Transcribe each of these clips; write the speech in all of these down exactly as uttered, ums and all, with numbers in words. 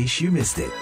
case you missed it.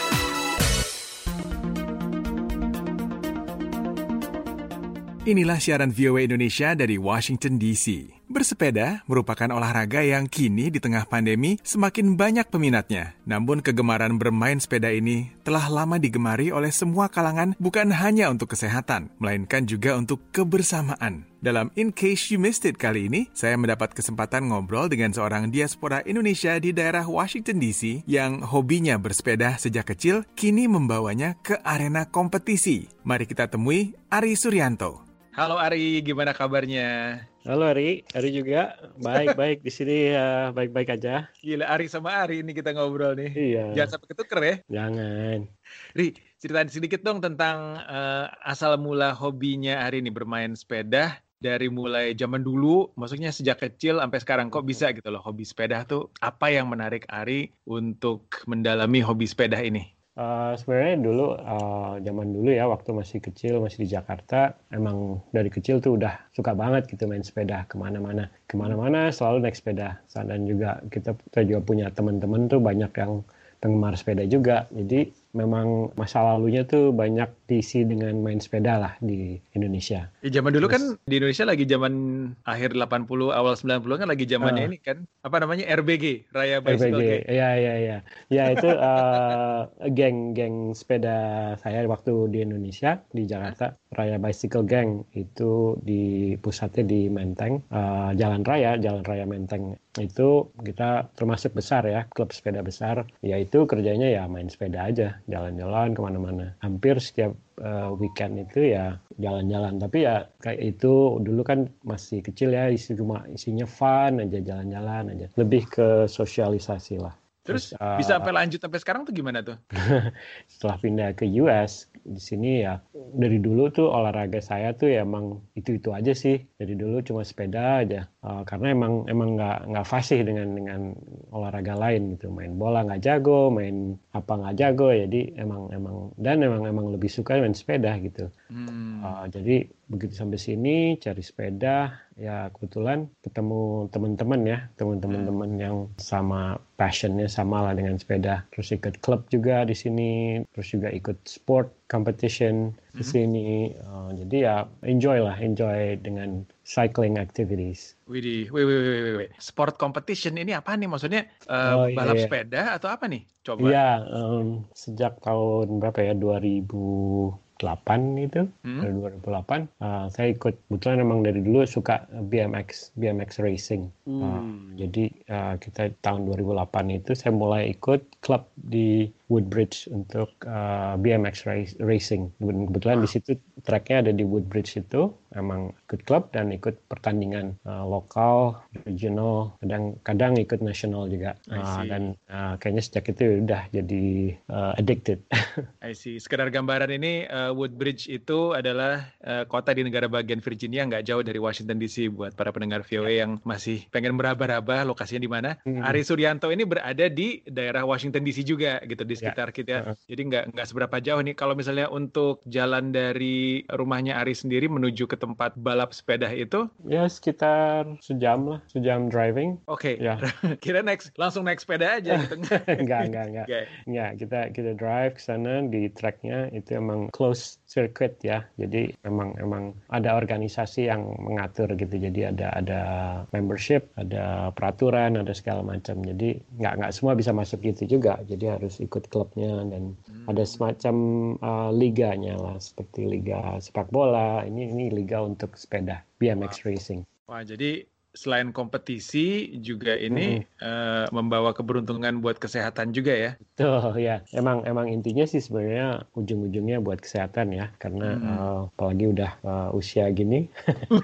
Inilah siaran V O A Indonesia dari Washington D C. Bersepeda merupakan olahraga yang kini di tengah pandemi semakin banyak peminatnya. Namun kegemaran bermain sepeda ini telah lama digemari oleh semua kalangan, bukan hanya untuk kesehatan, melainkan juga untuk kebersamaan. Dalam In Case You Missed It kali ini, saya mendapat kesempatan ngobrol dengan seorang diaspora Indonesia di daerah Washington D C yang hobinya bersepeda sejak kecil, kini membawanya ke arena kompetisi. Mari kita temui Ari Suryanto. Halo Ari, gimana kabarnya? Halo Ari, Ari juga baik-baik di sini ya, baik-baik aja. Gila, Ari sama Ari ini kita ngobrol nih. Iya. Jangan sampai ketuker ya. Jangan. Ri, ceritain sedikit dong tentang uh, asal mula hobinya Ari nih bermain sepeda. Dari mulai zaman dulu, maksudnya sejak kecil sampai sekarang, kok bisa gitu loh hobi sepeda tuh? Apa yang menarik Ari untuk mendalami hobi sepeda ini? Uh, sebenarnya dulu, uh, zaman dulu ya, waktu masih kecil, masih di Jakarta, emang dari kecil tuh udah suka banget gitu main sepeda kemana-mana. Kemana-mana selalu naik sepeda. Dan juga kita, kita juga punya teman-teman tuh banyak yang penggemar sepeda juga. Jadi memang masa lalunya tuh banyak diisi dengan main sepeda lah di Indonesia. Ya, zaman dulu Terus, kan di Indonesia lagi zaman akhir delapan puluh, awal sembilan puluh kan lagi zamannya uh, ini kan, apa namanya, R B G, Raya Bicycle Gang. Iya, iya, iya. Ya itu uh, geng-geng sepeda saya waktu di Indonesia, di Jakarta. Raya Bicycle Gang itu di pusatnya di Menteng, uh, Jalan Raya, Jalan Raya Menteng. Itu kita termasuk besar ya, klub sepeda besar. Ya itu kerjanya ya main sepeda aja, jalan-jalan kemana-mana. Hampir setiap uh, weekend itu ya jalan-jalan. Tapi ya kayak itu dulu kan masih kecil ya, isi cuma isinya fun aja, jalan-jalan aja. Lebih ke sosialisasi lah. Terus, Terus uh, bisa sampai lanjut sampai sekarang tuh gimana tuh? Setelah pindah ke U S, di sini ya dari dulu tuh olahraga saya tuh ya emang itu-itu aja sih. Dari dulu cuma sepeda aja. Uh, karena emang emang nggak nggak fasih dengan dengan olahraga lain gitu. Main bola nggak jago, main apa nggak jago. Jadi emang emang dan emang emang lebih suka main sepeda gitu. Hmm. Uh, jadi begitu sampai sini cari sepeda, ya kebetulan ketemu teman-teman ya, teman-teman yang sama passionnya sama lah dengan sepeda. Terus ikut klub juga di sini, terus juga ikut sport competition di sini. Uh, jadi ya enjoy lah, enjoy dengan cycling activities. Widih, wait, wait, wait, wait, wait. Sport competition ini apa nih? Maksudnya uh, oh, balap iya. sepeda atau apa nih? Coba. Iya, um, sejak tahun berapa ya? dua ribu delapan itu, hmm? dari dua ribu delapan, uh, saya ikut, kebetulan memang dari dulu suka B M X, B M X racing. Hmm. Uh, jadi uh, kita tahun dua ribu delapan itu saya mulai ikut klub di Woodbridge untuk uh, B M X race, racing. Kebetulan ah. di situ tracknya ada di Woodbridge itu, emang ikut klub dan ikut pertandingan uh, lokal, regional, kadang-kadang ikut nasional juga. Uh, dan uh, kayaknya sejak itu udah jadi uh, addicted. I see. Sekedar gambaran ini, uh, Woodbridge itu adalah uh, kota di negara bagian Virginia, nggak jauh dari Washington D C. Buat para pendengar V O A yang masih pengen meraba-raba lokasinya di mana. Hmm. Ari Suryanto ini berada di daerah Washington D C juga, gitu, di sekitar ya. kita. Uh-huh. Jadi nggak nggak seberapa jauh nih. Kalau misalnya untuk jalan dari rumahnya Ari sendiri menuju ke tempat balap sepeda itu? Ya sekitar sejam lah, sejam driving. Oke. Okay. Ya. Kira naik langsung naik sepeda aja gitu. Enggak, enggak, enggak. Okay. Enggak, kita kita drive ke sana di tracknya itu emang close circuit ya. Jadi emang emang ada organisasi yang mengatur gitu. Jadi ada ada membership, ada peraturan, ada segala macam. Jadi nggak nggak semua bisa masuk gitu juga. Jadi harus ikut klubnya dan hmm. ada semacam uh, liganya lah, seperti liga sepak bola. Ini ini liga untuk sepeda B M X wow. racing. Wah, jadi selain kompetisi juga ini hmm. uh, membawa keberuntungan buat kesehatan juga ya. Betul ya. Emang emang intinya sih sebenarnya ujung-ujungnya buat kesehatan ya, karena hmm. uh, apalagi udah uh, usia gini.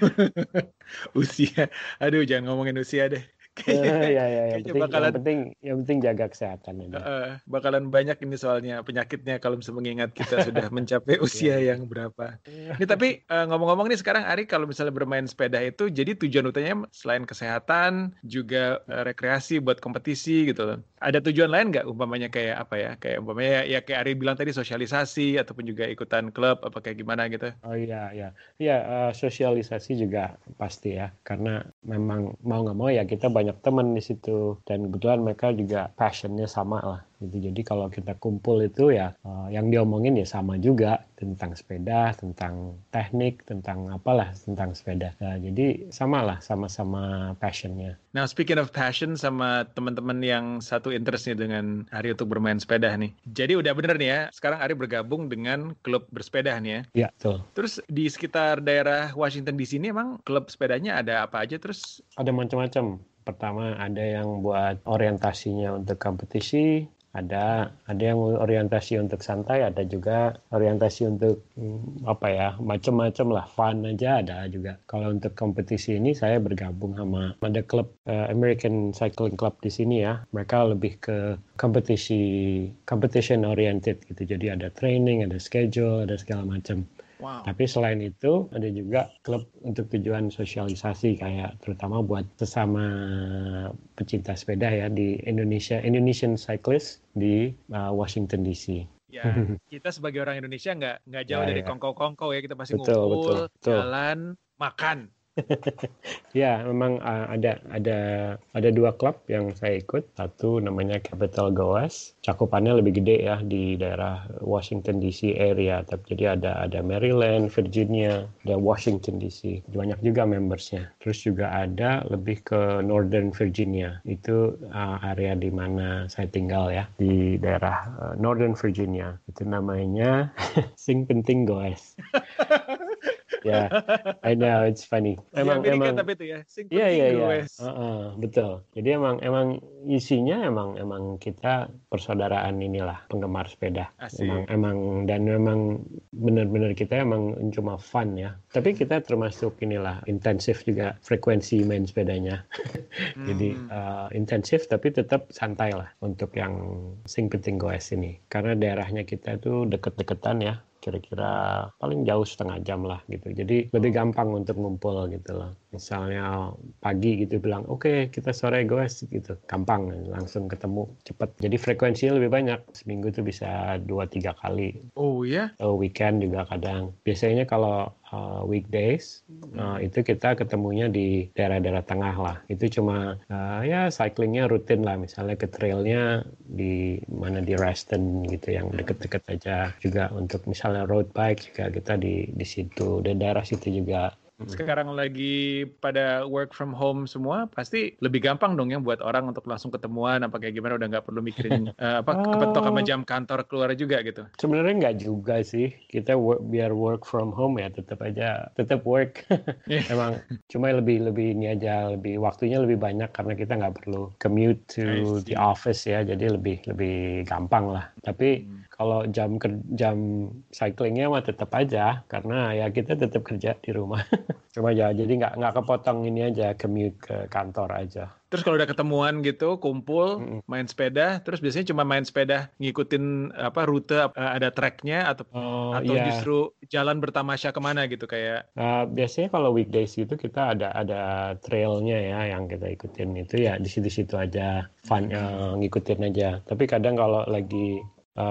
Usia. Aduh, jangan ngomongin usia deh. uh, ya, ya, yang, penting, bakalan, yang penting yang penting jaga kesehatan ya. Uh, bakalan banyak ini soalnya penyakitnya kalau bisa mengingat kita sudah mencapai usia yang berapa. Ini tapi uh, ngomong-ngomong nih sekarang Ari, kalau misalnya bermain sepeda itu jadi tujuan utamanya selain kesehatan juga uh, rekreasi buat kompetisi gitu. Ada tujuan lain nggak umpamanya kayak apa ya? Kayak umpamanya ya kayak Ari bilang tadi sosialisasi ataupun juga ikutan klub apa kayak gimana gitu. Oh iya iya. Iya uh, sosialisasi juga pasti ya, karena memang mau nggak mau ya kita banyak banyak teman di situ dan kebetulan mereka juga passionnya sama lah gitu. Jadi kalau kita kumpul itu ya uh, yang diomongin ya sama juga tentang sepeda, tentang teknik, tentang apalah tentang sepeda. Nah, jadi sama lah, sama-sama passionnya. Nah, speaking of passion sama teman-teman yang satu interest nih dengan Ari untuk bermain sepeda nih. Jadi udah bener nih ya, sekarang Ari bergabung dengan klub bersepeda nih ya. Iya, betul. Terus di sekitar daerah Washington D C ini emang klub sepedanya ada apa aja terus? Ada macam-macam. Pertama ada yang buat orientasinya untuk kompetisi, ada ada yang orientasi untuk santai, ada juga orientasi untuk hmm, apa ya, macam-macam lah, fun aja ada juga. Kalau untuk kompetisi ini saya bergabung sama ada klub uh, American Cycling Club di sini ya. Mereka lebih ke kompetisi competition oriented gitu. Jadi ada training, ada schedule, ada segala macam. Wow. Tapi selain itu ada juga klub untuk tujuan sosialisasi kayak terutama buat sesama pecinta sepeda ya di Indonesia, Indonesian Cyclist di uh, Washington D C. Ya, kita sebagai orang Indonesia nggak nggak jauh Ya, dari ya. kongko-kongko ya, kita pasti Betul, ngumpul, betul, betul. jalan, makan. Ya, memang uh, ada ada ada dua klub yang saya ikut. Satu namanya Capital Goers, cakupannya lebih gede ya di daerah Washington D C area. Jadi ada ada Maryland, Virginia, ada Washington D C. Banyak juga membersnya. Terus juga ada lebih ke Northern Virginia. Itu uh, area di mana saya tinggal ya, di daerah uh, Northern Virginia. Itu namanya Sing Penting Goers. Ya, yeah, I know it's funny. Emang, di Amerika emang, tapi itu ya, Sing Penting yeah, yeah, Goers. Yeah. Uh, uh, betul. Jadi emang emang isinya emang emang kita persaudaraan inilah penggemar sepeda. Asik. Emang emang dan memang benar-benar kita emang cuma fun ya. Tapi kita termasuk inilah intensif juga frekuensi main sepedanya. Jadi hmm. uh, intensif tapi tetap santai lah untuk yang Sing Penting Goers ini. Karena daerahnya kita itu deket-deketan ya. Kira-kira paling jauh setengah jam lah gitu. Jadi lebih gampang untuk ngumpul gitu loh. Misalnya pagi gitu bilang, oke okay, kita sore goes gitu. Gampang, langsung ketemu cepet. Jadi frekuensinya lebih banyak. Seminggu tuh bisa dua tiga kali. Oh ya? Oh, weekend juga kadang. Biasanya kalau uh, weekdays, uh, itu kita ketemunya di daerah-daerah tengah lah. Itu cuma uh, ya cyclingnya rutin lah. Misalnya ke trailnya di mana di Reston gitu yang deket-deket aja. Juga untuk misalnya road bike juga kita di di situ, dan daerah situ juga. Sekarang lagi pada work from home semua, pasti lebih gampang dong ya buat orang untuk langsung ketemuan apa kayak gimana, udah nggak perlu mikirin uh, apa kepetok sama jam kantor keluar juga gitu. Sebenarnya nggak juga sih, kita work, biar work from home ya tetap aja tetap work. Emang cuma lebih lebih ini aja, lebih waktunya lebih banyak karena kita nggak perlu commute to the office ya, jadi lebih lebih gampang lah. Tapi hmm. kalau jam jam cyclingnya mah tetap aja karena ya kita tetap kerja di rumah. Cuma ya jadi nggak nggak kepotong ini aja, commute ke kantor aja. Terus kalau udah ketemuan gitu, kumpul, mm-hmm. main sepeda, terus biasanya cuma main sepeda ngikutin apa rute, ada tracknya atau oh, atau yeah. justru jalan bertamasya kemana gitu kayak? Uh, biasanya kalau weekdays gitu kita ada ada trailnya ya yang kita ikutin, itu ya di situ-situ aja, fun uh, ngikutin aja. Tapi kadang kalau lagi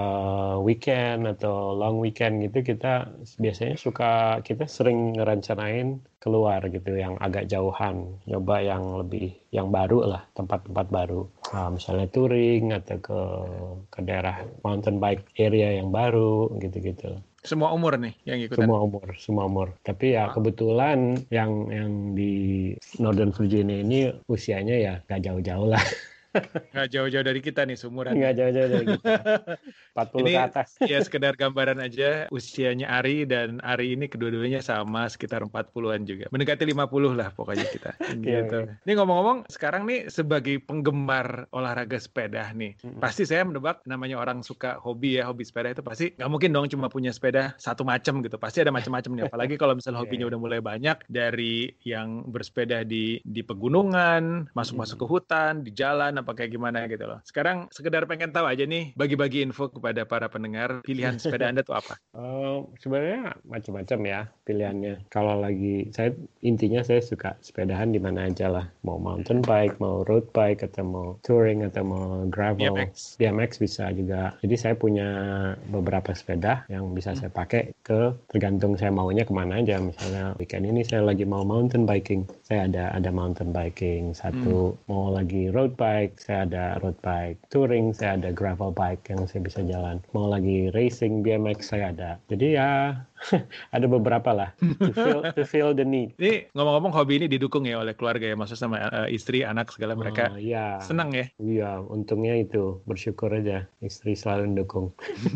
Uh, weekend atau long weekend gitu kita biasanya suka kita sering ngerancanain keluar gitu yang agak jauhan, nyoba yang lebih yang baru lah, tempat-tempat baru, uh, misalnya touring atau ke ke daerah mountain bike area yang baru gitu-gitu. Semua umur nih yang ikutan? Semua umur, semua umur. Tapi ya kebetulan yang yang di Northern Virginia ini usianya ya nggak jauh-jauh lah. Nggak jauh-jauh dari kita nih seumuran. Nggak jauh-jauh dari kita. empat puluh ini, ke atas. Ya sekedar gambaran aja usianya Ari dan Ari ini kedua-duanya sama sekitar empat puluhan juga. Mendekati lima puluh lah pokoknya kita. Gitu. Ini ngomong-ngomong sekarang nih sebagai penggemar olahraga sepeda nih. Mm-hmm. Pasti saya menebak namanya orang suka hobi ya, hobi sepeda itu pasti nggak mungkin dong cuma punya sepeda satu macam gitu. Pasti ada macam-macam nih. Apalagi kalau misalnya hobinya udah mulai banyak, dari yang bersepeda di di pegunungan, masuk-masuk ke hutan, di jalan apa kayak gimana gitu loh. Sekarang sekedar pengen tahu aja nih, bagi-bagi info kepada kepada para pendengar, pilihan sepeda Anda tuh apa? Uh, sebenarnya macam-macam ya pilihannya. Kalau lagi saya intinya saya suka sepedahan di mana aja lah. Mau mountain bike, mau road bike, atau mau touring, atau mau gravel. B M X. B M X bisa juga. Jadi saya punya beberapa sepeda yang bisa saya pakai ke tergantung saya maunya kemana aja. Misalnya weekend ini saya lagi mau mountain biking, saya ada ada mountain biking satu. Hmm. Mau lagi road bike, saya ada road bike. Touring, saya ada gravel bike yang saya bisa jalan. Mau lagi racing B M X, saya ada. Jadi ya ada beberapa lah to feel to feel the need. Ini ngomong-ngomong, hobi ini didukung ya oleh keluarga ya, maksudnya sama uh, istri, anak segala, mereka oh, ya. senang ya? Iya, untungnya itu, bersyukur aja istri selalu mendukung.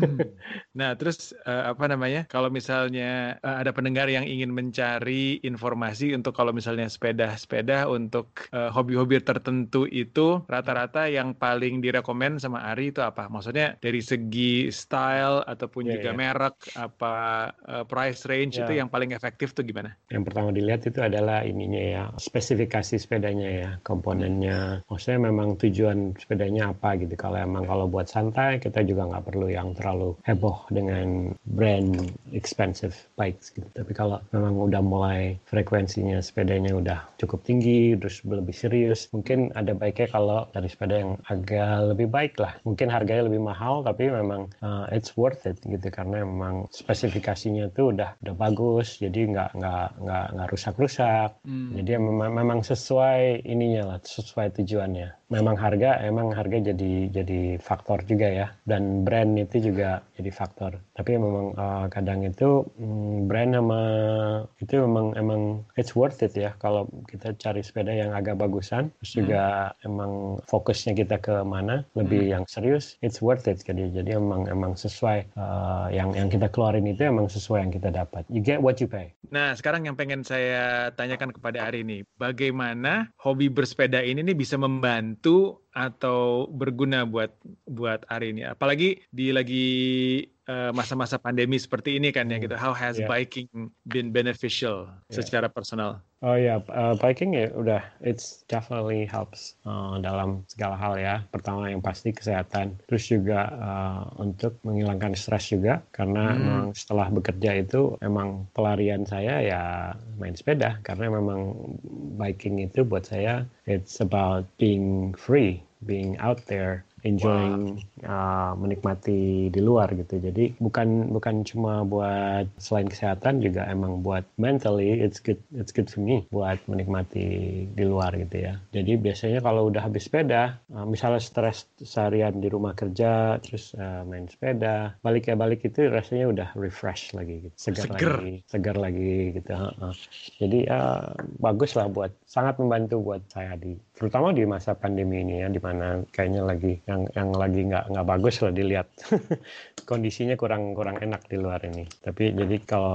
Nah, terus uh, apa namanya? Kalau misalnya uh, ada pendengar yang ingin mencari informasi untuk kalau misalnya sepeda-sepeda untuk uh, hobi-hobi tertentu itu, rata-rata yang paling direkomend sama Ari itu apa? Maksudnya dari segi style ataupun yeah, juga yeah. merek, apa uh, price range yeah. itu yang paling efektif tuh gimana? Yang pertama dilihat itu adalah ininya ya, spesifikasi sepedanya ya, komponennya. Maksudnya memang tujuan sepedanya apa gitu. Kalau emang kalau buat santai, kita juga nggak perlu yang terlalu heboh dengan brand expensive bikes gitu. Tapi kalau memang udah mulai frekuensinya sepedanya udah cukup tinggi, terus lebih serius, mungkin ada baiknya kalau dari sepeda yang agak lebih baik lah. Mungkin harganya lebih mahal, tapi memang uh, it's worth it gitu, karena memang spesifikasinya tuh udah udah bagus, jadi nggak nggak nggak nggak rusak-rusak. Hmm. Jadi memang memang sesuai ininya lah, sesuai tujuannya. Memang harga, emang harga jadi jadi faktor juga ya, dan brand itu juga jadi faktor. Tapi memang uh, kadang itu um, brand sama itu memang emang it's worth it ya, kalau kita cari sepeda yang agak bagusan, terus juga hmm. emang fokusnya kita ke mana, lebih hmm. yang serius, it's worth it. Jadi jadi emang emang sesuai uh, yang yang kita keluarin itu emang sesuai yang kita dapat. You get what you pay. Nah, sekarang yang pengen saya tanyakan kepada Ari ini, bagaimana hobi bersepeda ini nih bisa membantu atau berguna buat buat Ari ini? Apalagi di lagi uh, masa-masa pandemi seperti ini kan ya gitu. How has yeah. biking been beneficial yeah. secara personal? Oh ya, yeah. uh, biking ya udah, it's definitely helps uh, dalam segala hal ya. Pertama yang pasti kesehatan, terus juga uh, untuk menghilangkan stres juga, karena hmm. memang setelah bekerja itu emang pelarian saya ya main sepeda, karena memang biking itu buat saya it's about being free, being out there, enjoying wow. uh, menikmati di luar gitu. Jadi bukan bukan cuma buat selain kesehatan, juga emang buat mentally it's good it's good for me buat menikmati di luar gitu ya. Jadi biasanya kalau udah habis sepeda, uh, misalnya stres seharian di rumah kerja, terus uh, main sepeda, balik ya balik itu rasanya udah refresh lagi gitu. Segar, segar. lagi, segar lagi gitu. Uh-uh. Jadi uh, bagus lah, buat sangat membantu buat saya di terutama di masa pandemi ini ya, di mana kayaknya lagi yang yang lagi nggak nggak bagus lah dilihat. Kondisinya kurang kurang enak di luar ini. Tapi jadi kalau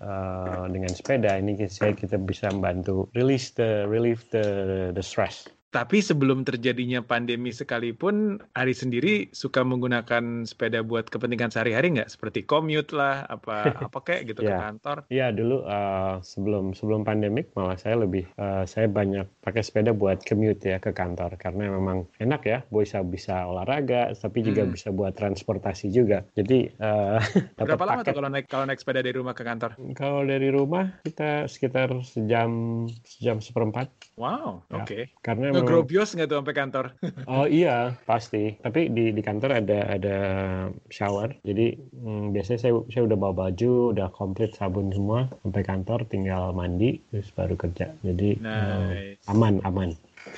uh, dengan sepeda ini saya kita bisa membantu release the relieve the the stress. Tapi sebelum terjadinya pandemi sekalipun, Ari sendiri suka menggunakan sepeda buat kepentingan sehari-hari nggak? Seperti commute lah, apa apa kayak gitu yeah. ke kantor? Iya, yeah, dulu uh, sebelum sebelum pandemik malah saya lebih uh, saya banyak pakai sepeda buat commute ya ke kantor, karena memang enak ya, bisa bisa olahraga, tapi juga hmm. bisa buat transportasi juga. Jadi uh, berapa lama paket. tuh kalau naik kalau naik sepeda dari rumah ke kantor? Kalau dari rumah kita sekitar sejam sejam seperempat. Wow, ya. Oke. Okay. Karena ngegrobios nggak tuh sampai kantor? Oh iya, pasti. Tapi di di kantor ada ada shower. Jadi hmm, biasanya saya saya udah bawa baju, udah komplit sabun semua, sampai kantor tinggal mandi terus baru kerja. Jadi nice. uh, aman aman.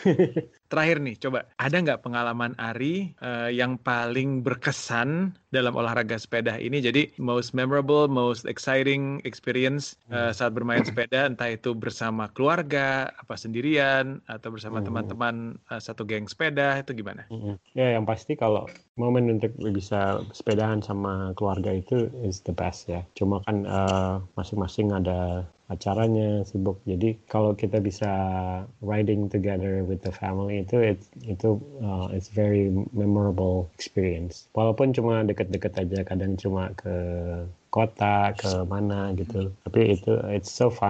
Terakhir nih, coba ada nggak pengalaman Ari uh, yang paling berkesan dalam olahraga sepeda ini? Jadi most memorable, most exciting experience uh, saat bermain sepeda, entah itu bersama keluarga, apa sendirian, atau bersama mm-hmm. teman-teman uh, satu geng sepeda, itu gimana? Mm-hmm. Ya, yang pasti kalau momen untuk bisa sepedahan sama keluarga itu is the best ya. Cuma kan uh, masing-masing ada acaranya, sibuk. Jadi kalau kita bisa riding together with the family itu it, itu uh, it's very memorable experience. Walaupun cuma deket-deket aja, kadang cuma ke kota, ke mana gitu. Tapi itu it's so fun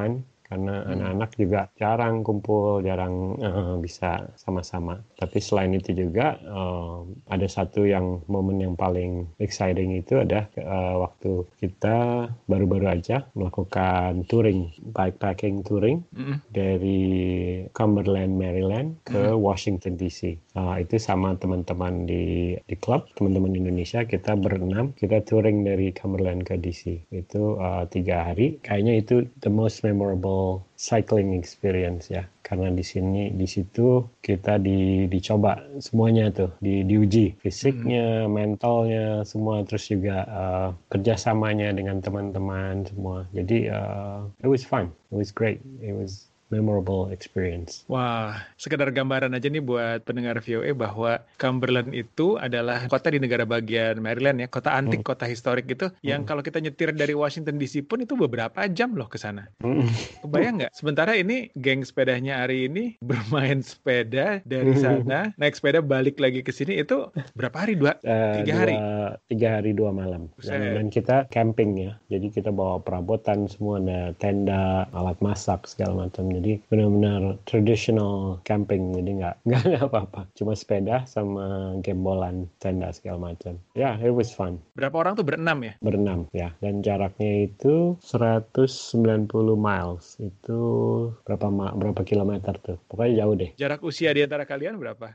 karena hmm. anak-anak juga jarang kumpul, jarang uh, bisa sama-sama. Tapi selain itu juga uh, ada satu yang momen yang paling exciting itu ada uh, waktu kita baru-baru aja melakukan touring, bikepacking touring hmm. dari Cumberland, Maryland ke hmm. Washington D C. Uh, itu sama teman-teman di di klub, teman-teman Indonesia, kita berenam, kita touring dari Cumberland ke D C. Itu uh, tiga hari. Kayaknya itu the most memorable cycling experience ya. Karena di sini, di situ kita di, dicoba semuanya tuh, di, diuji fisiknya, hmm. mentalnya, semua, terus juga uh, kerjasamanya dengan teman-teman semua. Jadi uh, it was fun, it was great, it was memorable experience. Wah, sekedar gambaran aja nih buat pendengar V O A bahwa Cumberland itu adalah kota di negara bagian Maryland ya, kota antik, hmm. kota historik gitu, hmm. yang kalau kita nyetir dari Washington D C pun itu beberapa jam loh ke sana. Hmm. Kebayang nggak? Sementara ini geng sepedanya Ari ini bermain sepeda dari sana, naik sepeda balik lagi ke sini, itu berapa hari? Dua? Uh, tiga dua, hari? Tiga hari, dua malam. Dan, dan kita camping ya, jadi kita bawa perabotan semua, ada tenda, alat masak, segala macam. Jadi benar-benar traditional camping, jadi nggak nggak apa-apa, cuma sepeda sama gembolan, tenda segala macam. Ya, yeah, it was fun. Berapa orang tuh? Berenam ya? Berenam ya, dan jaraknya itu seratus sembilan puluh miles. Itu berapa ma- berapa kilometer tuh? Pokoknya jauh deh. Jarak usia di antara kalian berapa?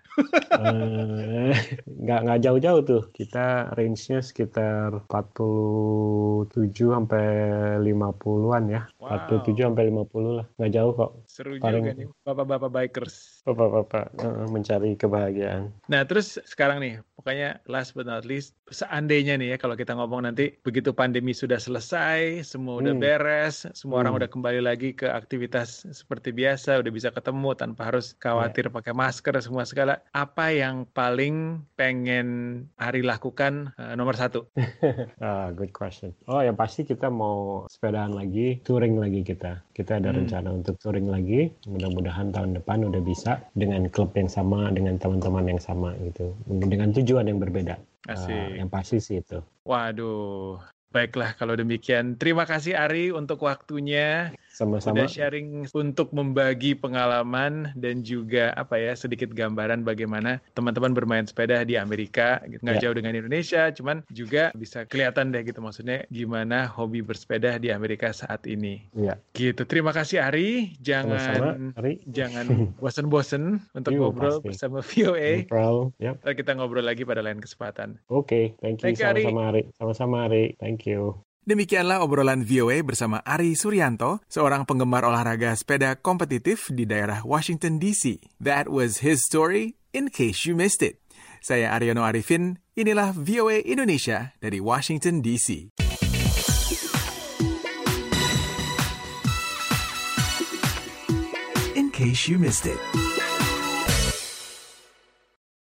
uh, nggak nggak jauh-jauh tuh. Kita range-nya sekitar empat puluh tujuh sampai lima puluhan ya. Wow. empat puluh tujuh sampai lima puluh lah. Nggak jauh kok. Seru Paling, juga nih, bapak-bapak bikers. Bapak-bapak uh, mencari kebahagiaan. Nah, terus sekarang nih, pokoknya last but not least, seandainya nih ya, kalau kita ngomong nanti, begitu pandemi sudah selesai, semua udah hmm. beres, semua hmm. orang udah kembali lagi ke aktivitas seperti biasa, udah bisa ketemu tanpa harus khawatir yeah. pakai masker, semua segala. Apa yang paling pengen Ari lakukan uh, nomor satu? uh, good question. Oh, yang pasti kita mau sepedaan lagi, touring lagi kita. Kita ada hmm. rencana untuk touring lagi. Mudah-mudahan tahun depan udah bisa dengan klub yang sama, dengan teman-teman yang sama gitu, dengan tujuan yang berbeda. Uh, yang pasti sih itu. Waduh, baiklah kalau demikian. Terima kasih Ari untuk waktunya. Sama-sama. Udah sharing untuk membagi pengalaman dan juga apa ya, sedikit gambaran bagaimana teman-teman bermain sepeda di Amerika, gitu. Nggak yeah. jauh dengan Indonesia, cuman juga bisa kelihatan deh gitu, maksudnya gimana hobi bersepeda di Amerika saat ini. Yeah. Gitu. Terima kasih Ari. Jangan Sama-sama, Ari. jangan bosan-bosan untuk Yo, ngobrol pasti. bersama V O A. No yep. Ntar kita ngobrol lagi pada lain kesempatan. Oke, okay. thank you. Thank you sama-sama Ari. Sama-sama Ari. Thank you. Demikianlah obrolan V O A bersama Ari Suryanto, seorang penggemar olahraga sepeda kompetitif di daerah Washington D C. That was his story, in case you missed it. Saya Aryono Arifin, inilah V O A Indonesia dari Washington D C. In case you missed it.